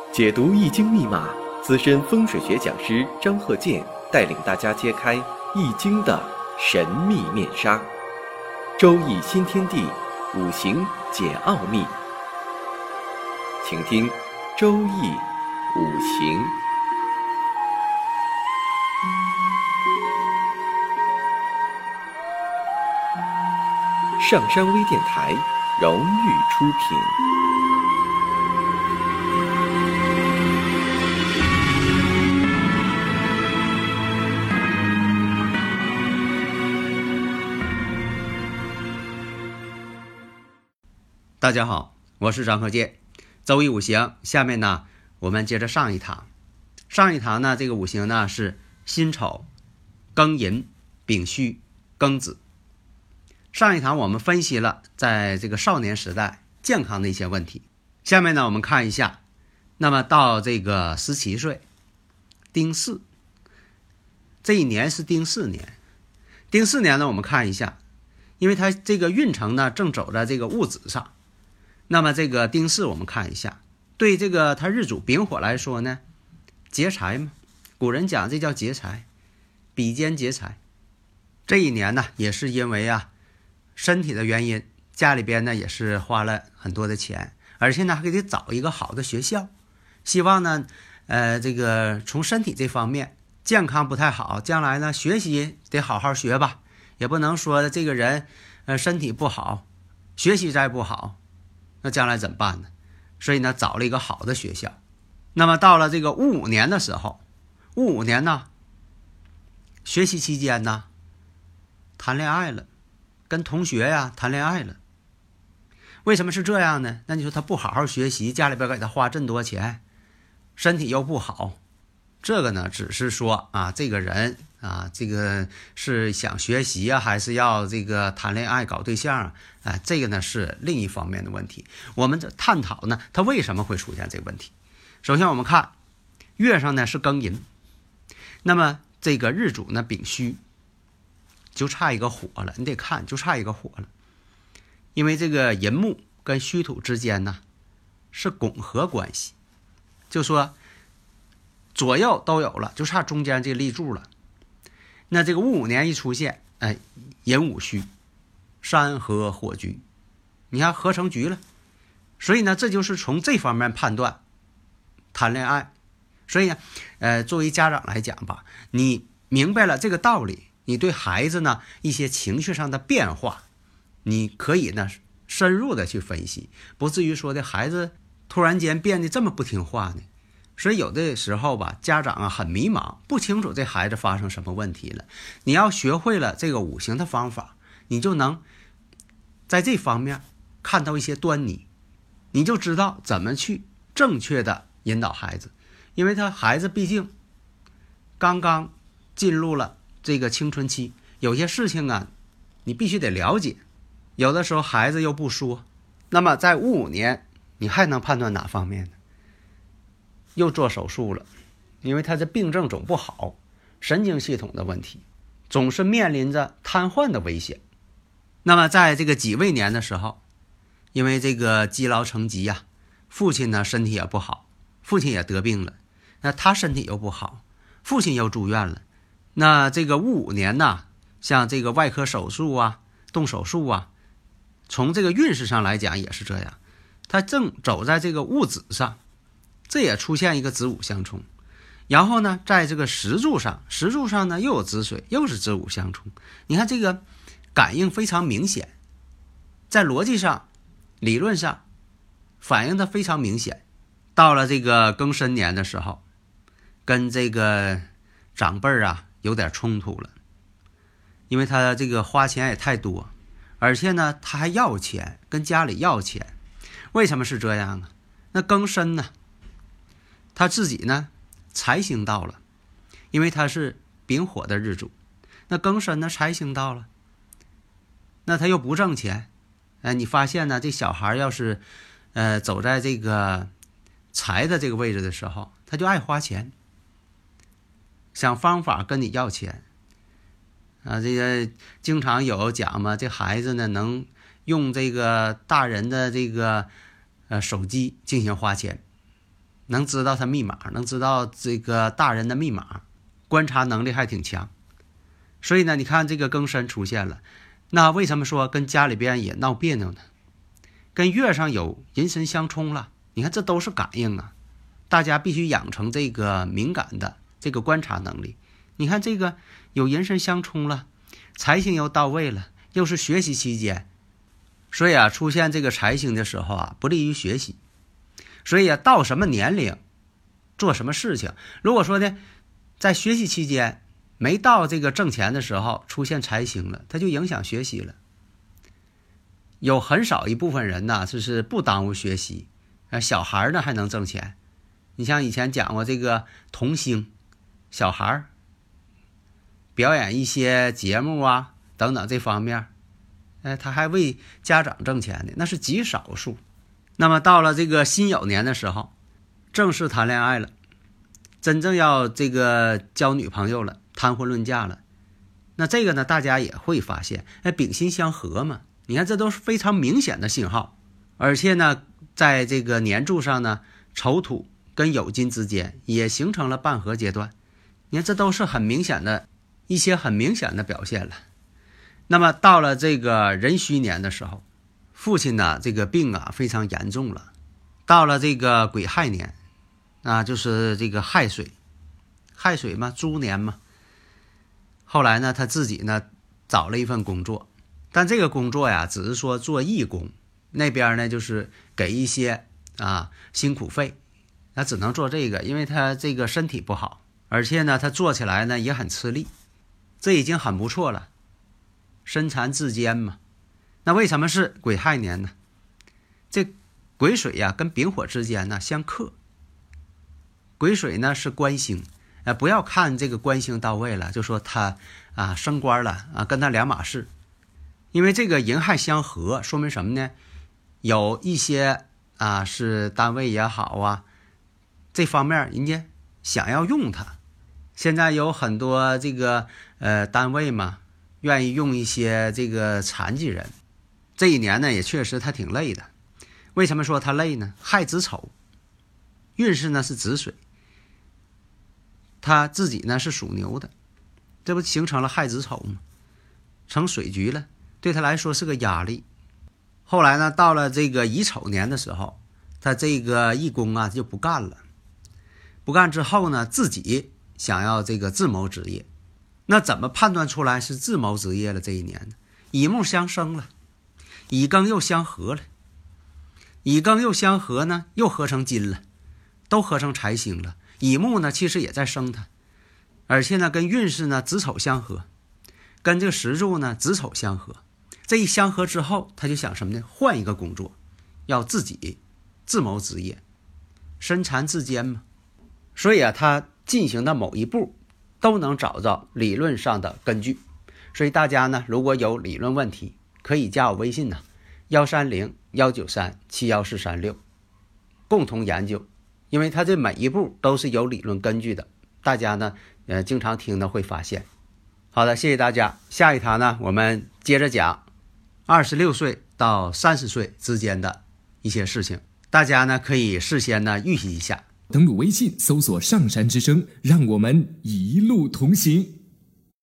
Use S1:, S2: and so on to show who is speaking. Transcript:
S1: 解读易经密码，资深风水学讲师张鹤剑带领大家揭开易经的神秘面纱。周易新天地，五行解奥秘。请听周易五行。上山微电台荣誉出品。
S2: 大家好，我是张鹤剑。周易五行，下面呢我们接着上一堂。上一堂呢这个五行呢是辛丑、庚寅、丙戌、庚子。上一堂我们分析了在这个少年时代健康的一些问题。下面呢我们看一下，那么到这个17岁丁巳，这一年是丁巳年。丁巳年呢我们看一下，因为它这个运程呢正走在这个戊子上，那么这个丁巳我们看一下，对这个他日主丙火来说呢，劫财嘛，古人讲这叫劫财，比肩劫财。这一年呢也是因为身体的原因，家里边呢也是花了很多的钱，而且呢还给他找一个好的学校，希望呢这个从身体这方面健康不太好，将来呢学习得好好学吧，也不能说这个人身体不好，学习再不好，那将来怎么办呢？所以呢找了一个好的学校。那么到了这个戊午年的时候，戊午年呢学习期间呢谈恋爱了，跟同学谈恋爱了。为什么是这样呢？那你说他不好好学习，家里边给他花这么多钱，身体又不好，这个呢只是说这个人这个是想学习还是要这个谈恋爱搞对象这个呢是另一方面的问题。我们这探讨呢他为什么会出现这个问题。首先我们看月上呢是庚寅，那么这个日主呢丙戌，就差一个火了，你得看就差一个火了。因为这个寅木跟戌土之间呢是拱合关系，就说左右都有了，就差中间这个立柱了。那这个戊午年一出现，寅午戌三合火局，你看合成局了。所以呢这就是从这方面判断谈恋爱。所以呢作为家长来讲吧，你明白了这个道理，你对孩子呢一些情绪上的变化，你可以呢深入的去分析，不至于说的孩子突然间变得这么不听话呢。所以有的时候吧，家长很迷茫，不清楚这孩子发生什么问题了。你要学会了这个五行的方法，你就能在这方面看到一些端倪，你就知道怎么去正确的引导孩子。因为他孩子毕竟刚刚进入了这个青春期，有些事情你必须得了解，有的时候孩子又不说。那么在戊午年你还能判断哪方面呢？又做手术了，因为他这病症总不好，神经系统的问题，总是面临着瘫痪的危险。那么在这个己未年的时候，因为这个积劳成疾父亲呢身体也不好，父亲也得病了，那他身体又不好，父亲又住院了。那这个戊午年像这个外科手术动手术从这个运势上来讲也是这样，他正走在这个戊子上，这也出现一个子午相冲。然后呢在这个时柱上呢又有子水，又是子午相冲。你看这个感应非常明显，在逻辑上理论上反应的非常明显。到了这个庚申年的时候，跟这个长辈有点冲突了，因为他这个花钱也太多，而且呢他还要钱，跟家里要钱。为什么是这样那庚申呢他自己呢财星到了，因为他是丙火的日主，那庚申呢财星到了，那他又不挣钱。你发现呢这小孩要是走在这个财的这个位置的时候，他就爱花钱，想方法跟你要钱这个经常有讲嘛，这孩子呢能用这个大人的这个手机进行花钱， 能知道他密码，能知道这个大人的密码，观察能力还挺强。所以呢，你看这个庚申出现了，那为什么说跟家里边也闹别扭呢？跟月上有寅申相冲了，你看这都是感应啊。大家必须养成这个敏感的这个观察能力。你看这个有寅申相冲了，财星又到位了，又是学习期间，所以啊，出现这个财星的时候啊，不利于学习。所以啊，到什么年龄做什么事情，如果说呢，在学习期间没到这个挣钱的时候出现财星了，它就影响学习了。有很少一部分人呢，就是不耽误学习，小孩呢还能挣钱。你像以前讲过这个童星，小孩表演一些节目啊等等这方面，他还为家长挣钱的，那是极少数。那么到了这个辛酉年的时候，正式谈恋爱了，真正要这个交女朋友了，谈婚论嫁了。那这个呢，大家也会发现，丙辛相合嘛，你看这都是非常明显的信号。而且呢，在这个年柱上呢，丑土跟酉金之间也形成了半合阶段，你看这都是很明显的一些很明显的表现了。那么到了这个壬戌年的时候，父亲呢这个病啊非常严重了。到了这个癸亥年啊，就是这个亥水嘛，猪年嘛。后来呢，他自己呢找了一份工作，但这个工作呀只是说做义工，那边呢就是给一些辛苦费，他只能做这个，因为他这个身体不好，而且呢他做起来呢也很吃力，这已经很不错了，身残志坚嘛。那为什么是癸亥年呢？这癸水呀跟丙火之间呢相克，癸水呢是官星，不要看这个官星到位了就说他升官了跟他两码事。因为这个寅亥相合，说明什么呢？有一些是单位也好这方面人家想要用它。现在有很多这个单位嘛，愿意用一些这个残疾人。这一年呢也确实他挺累的。为什么说他累呢？亥子丑，运势呢是子水，他自己呢是属牛的，这不形成了亥子丑吗？成水局了，对他来说是个压力。后来呢，到了这个乙丑年的时候，他这个义工就不干了。不干之后呢，自己想要这个自谋职业。那怎么判断出来是自谋职业了？这一年呢，乙木相生了，乙庚又相合了，乙庚又相合呢，又合成金了，都合成财星了。乙木呢其实也在生它，而且呢跟运势呢子丑相合，跟这个时柱呢子丑相合。这一相合之后，他就想什么呢？换一个工作，要自己自谋职业，身残志坚嘛。所以他进行的某一步都能找到理论上的根据。所以大家呢如果有理论问题，可以加我微信130-193-71436共同研究。因为他这每一步都是有理论根据的，大家呢经常听的会发现。好的，谢谢大家。下一堂呢我们接着讲26岁到30岁之间的一些事情，大家呢可以事先呢预习一下。
S3: 登录微信搜索上山之声，让我们一路同行。